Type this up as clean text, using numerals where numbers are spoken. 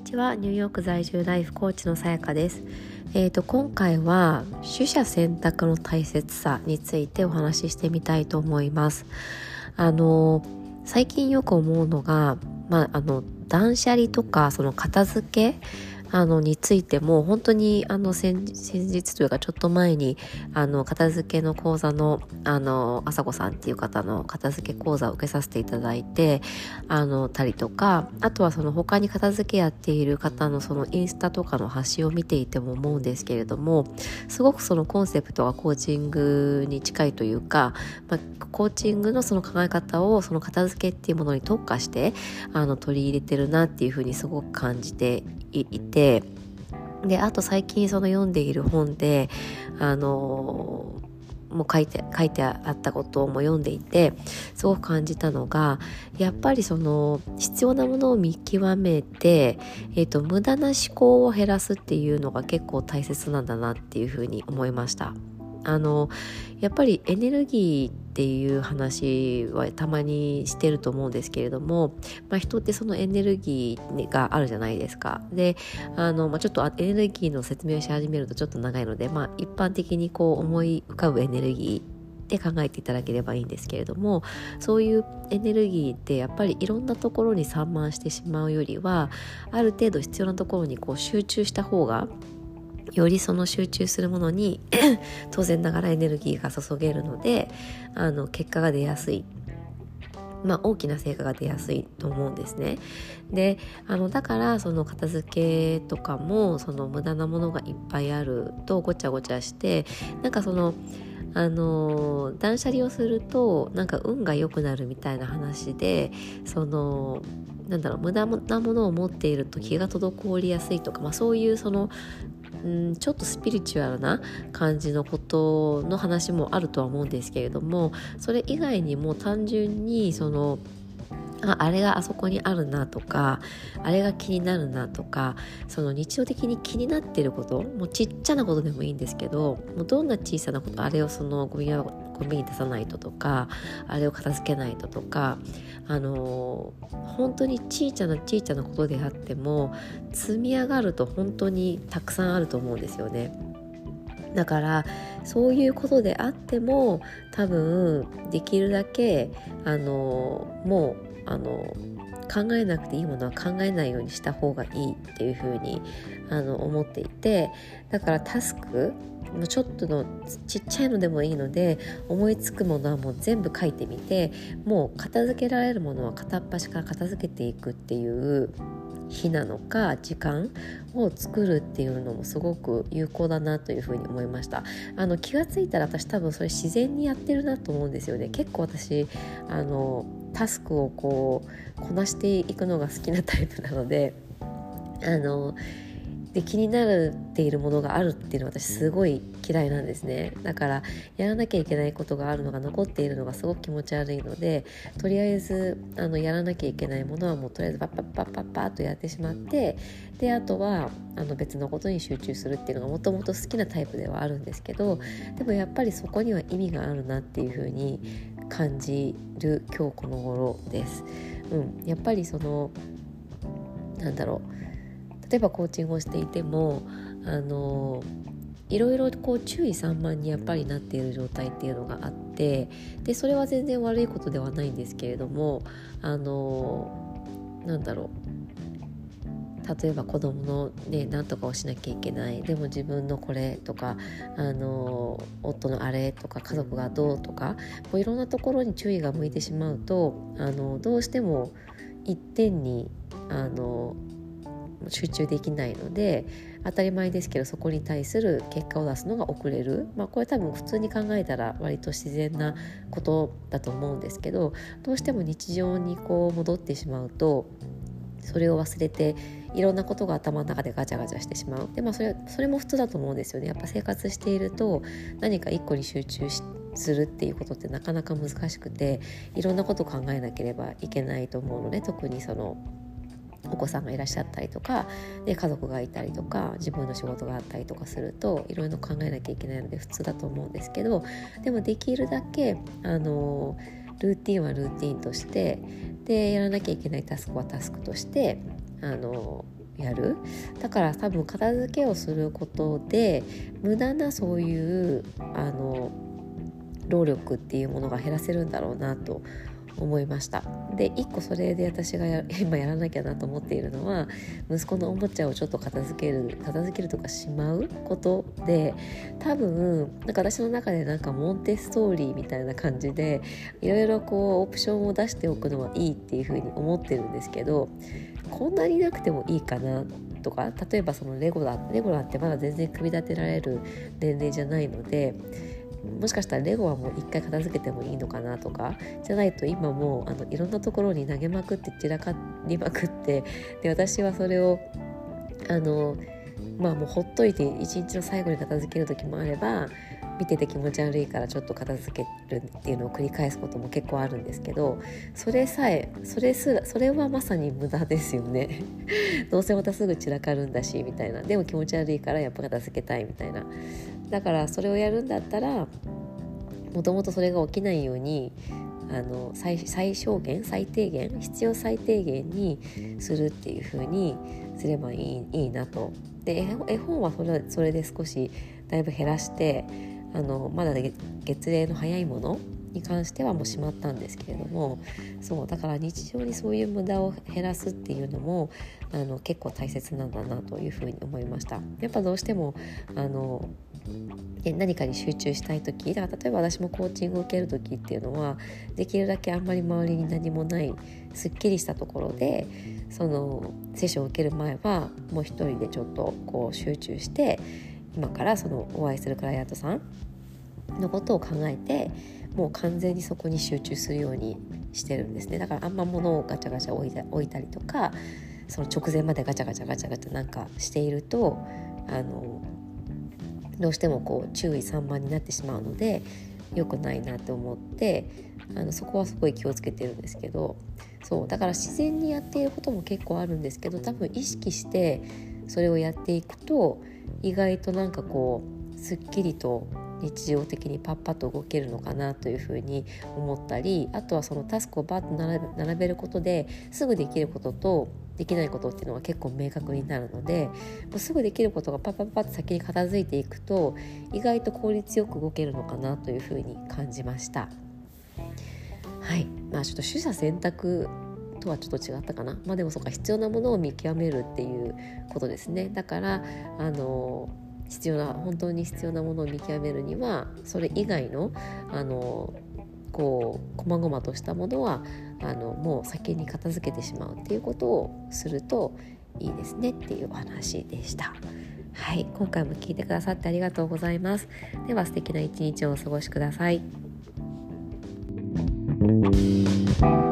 ちは。ニューヨーク在住ライフコーチのさやかです。今回は取捨選択の大切さについてお話ししてみたいと思います。最近よく思うのが、断捨離とかその片付けについても本当に先日というかちょっと前に片付けの講座のあさこさんっていう方の片付け講座を受けさせていただいてたりとか、あとはその他に片付けやっている方のそのインスタとかの発信を見ていても思うんですけれども、すごくそのコンセプトがコーチングに近いというか、コーチングのその考え方をその片付けっていうものに特化して取り入れてるなっていうふうにすごく感じていて、であと最近その読んでいる本でもう書いてあったことも読んでいてすごく感じたのが、やっぱりその必要なものを見極めて、無駄な思考を減らすっていうのが結構大切なんだなっていうふうに思いました。やっぱりエネルギーっていう話はたまにしてると思うんですけれども、人ってそのエネルギーがあるじゃないですか。でちょっとエネルギーの説明をし始めるとちょっと長いので、一般的にこう思い浮かぶエネルギーで考えていただければいいんですけれども、そういうエネルギーってやっぱりいろんなところに散漫してしまうよりは、ある程度必要なところにこう集中した方がよりその集中するものに当然ながらエネルギーが注げるので結果が出やすい、大きな成果が出やすいと思うんですね。でだからその片付けとかもその無駄なものがいっぱいあるとごちゃごちゃして、その断捨離をすると運が良くなるみたいな話で、その無駄なものを持っていると気が滞りやすいとか、そういうそのちょっとスピリチュアルな感じのことの話もあるとは思うんですけれども、それ以外にも単純にそのあれがあそこにあるなとか、あれが気になるなとか、その日常的に気になっていること、もうちっちゃなことでもいいんですけど、もうどんな小さなこと、あれをそのゴミに出さないととか、あれを片付けないととか、本当に小さなことであっても積み上がると本当にたくさんあると思うんですよね。だからそういうことであっても多分できるだけもう考えなくていいものは考えないようにした方がいいっていうふうに思っていて、だからタスクもうちょっとのちっちゃいのでもいいので思いつくものはもう全部書いてみて、もう片付けられるものは片っ端から片付けていくっていう日なのか時間を作るっていうのもすごく有効だなというふうに思いました。気がついたら私多分それ自然にやってるなと思うんですよね。結構私タスクをこなしていくのが好きなタイプなのでで気になっているものがあるっていうのは私すごい嫌いなんですね。だからやらなきゃいけないことがあるのが残っているのがすごく気持ち悪いので、とりあえずやらなきゃいけないものはもうとりあえずパッとやってしまって、であとは別のことに集中するっていうのがもともと好きなタイプではあるんですけど、でもやっぱりそこには意味があるなっていうふうに感じる今日この頃です。やっぱりその例えばコーチングをしていてもいろいろ注意散漫にやっぱりなっている状態っていうのがあって、でそれは全然悪いことではないんですけれども例えば子供の何とかをしなきゃいけない、でも自分のこれとか夫のあれとか家族がどうとかいろんなところに注意が向いてしまうとどうしても一点に集中できないので、当たり前ですけどそこに対する結果を出すのが遅れる、これ多分普通に考えたら割と自然なことだと思うんですけど、どうしても日常に戻ってしまうとそれを忘れていろんなことが頭の中でガチャガチャしてしまう。で、それも普通だと思うんですよね。やっぱ生活していると何か一個に集中するっていうことってなかなか難しくて、いろんなことを考えなければいけないと思うので、特にそのお子さんがいらっしゃったりとかで家族がいたりとか自分の仕事があったりとかするといろいろ考えなきゃいけないので普通だと思うんですけど、でもできるだけルーティンはルーティンとして、でやらなきゃいけないタスクはタスクとしてやる。だから多分片付けをすることで無駄なそういう労力っていうものが減らせるんだろうなと思いました。で一個それで私が今やらなきゃなと思っているのは、息子のおもちゃをちょっと片付けるとかしまうことで、多分なんか私の中でなんかモンテッソーリーみたいな感じでいろいろこうオプションを出しておくのはいいっていうふうに思ってるんですけど、こんなになくてもいいかなとか、例えばそのレゴなんてまだ全然組み立てられる年齢じゃないので、もしかしたらレゴはもう一回片付けてもいいのかなとか、じゃないと今もういろんなところに投げまくって散らかりまくって、で私はそれをもうほっといて一日の最後に片付ける時もあれば、見てて気持ち悪いからちょっと片付けるっていうのを繰り返すことも結構あるんですけど、それはまさに無駄ですよねどうせまたすぐ散らかるんだしみたいな、でも気持ち悪いからやっぱ片付けたいみたいな。だからそれをやるんだったら、もともとそれが起きないように最低限必要最低限にするっていう風にすればいいなと。で絵本はそれで少しだいぶ減らして、まだ月齢の早いものに関してはもうしまったんですけれども、そうだから日常にそういう無駄を減らすっていうのも結構大切なんだなというふうに思いました。やっぱどうしても何かに集中したい時だから、例えば私もコーチングを受ける時っていうのはできるだけあんまり周りに何もないすっきりしたところで、そのセッションを受ける前はもう一人でちょっとこう集中して、今からそのお会いするクライアントさんのことを考えて、もう完全にそこに集中するようにしてるんですね。だからあんま物をガチャガチャ置いたりとか、その直前までガチャガチャなんかしているとどうしてもこう注意散漫になってしまうので良くないなと思って、そこはすごい気をつけてるんですけど、そうだから自然にやっていることも結構あるんですけど、多分意識してそれをやっていくと意外となんかこうすっきりと日常的にパッパッと動けるのかなというふうに思ったり、あとはそのタスクをバッと並べることですぐできることとできないことっていうのは結構明確になるので、もうすぐできることがパッパッパッと先に片付いていくと意外と効率よく動けるのかなというふうに感じました。はい、ちょっと取捨選択とはちょっと違ったかな。でもそうか、必要なものを見極めるっていうことですね。だから本当に必要なものを見極めるには、それ以外のこう細々としたものはもう先に片付けてしまうっていうことをするといいですねっていうお話でした。はい、今回も聞いてくださってありがとうございます。では素敵な一日をお過ごしください。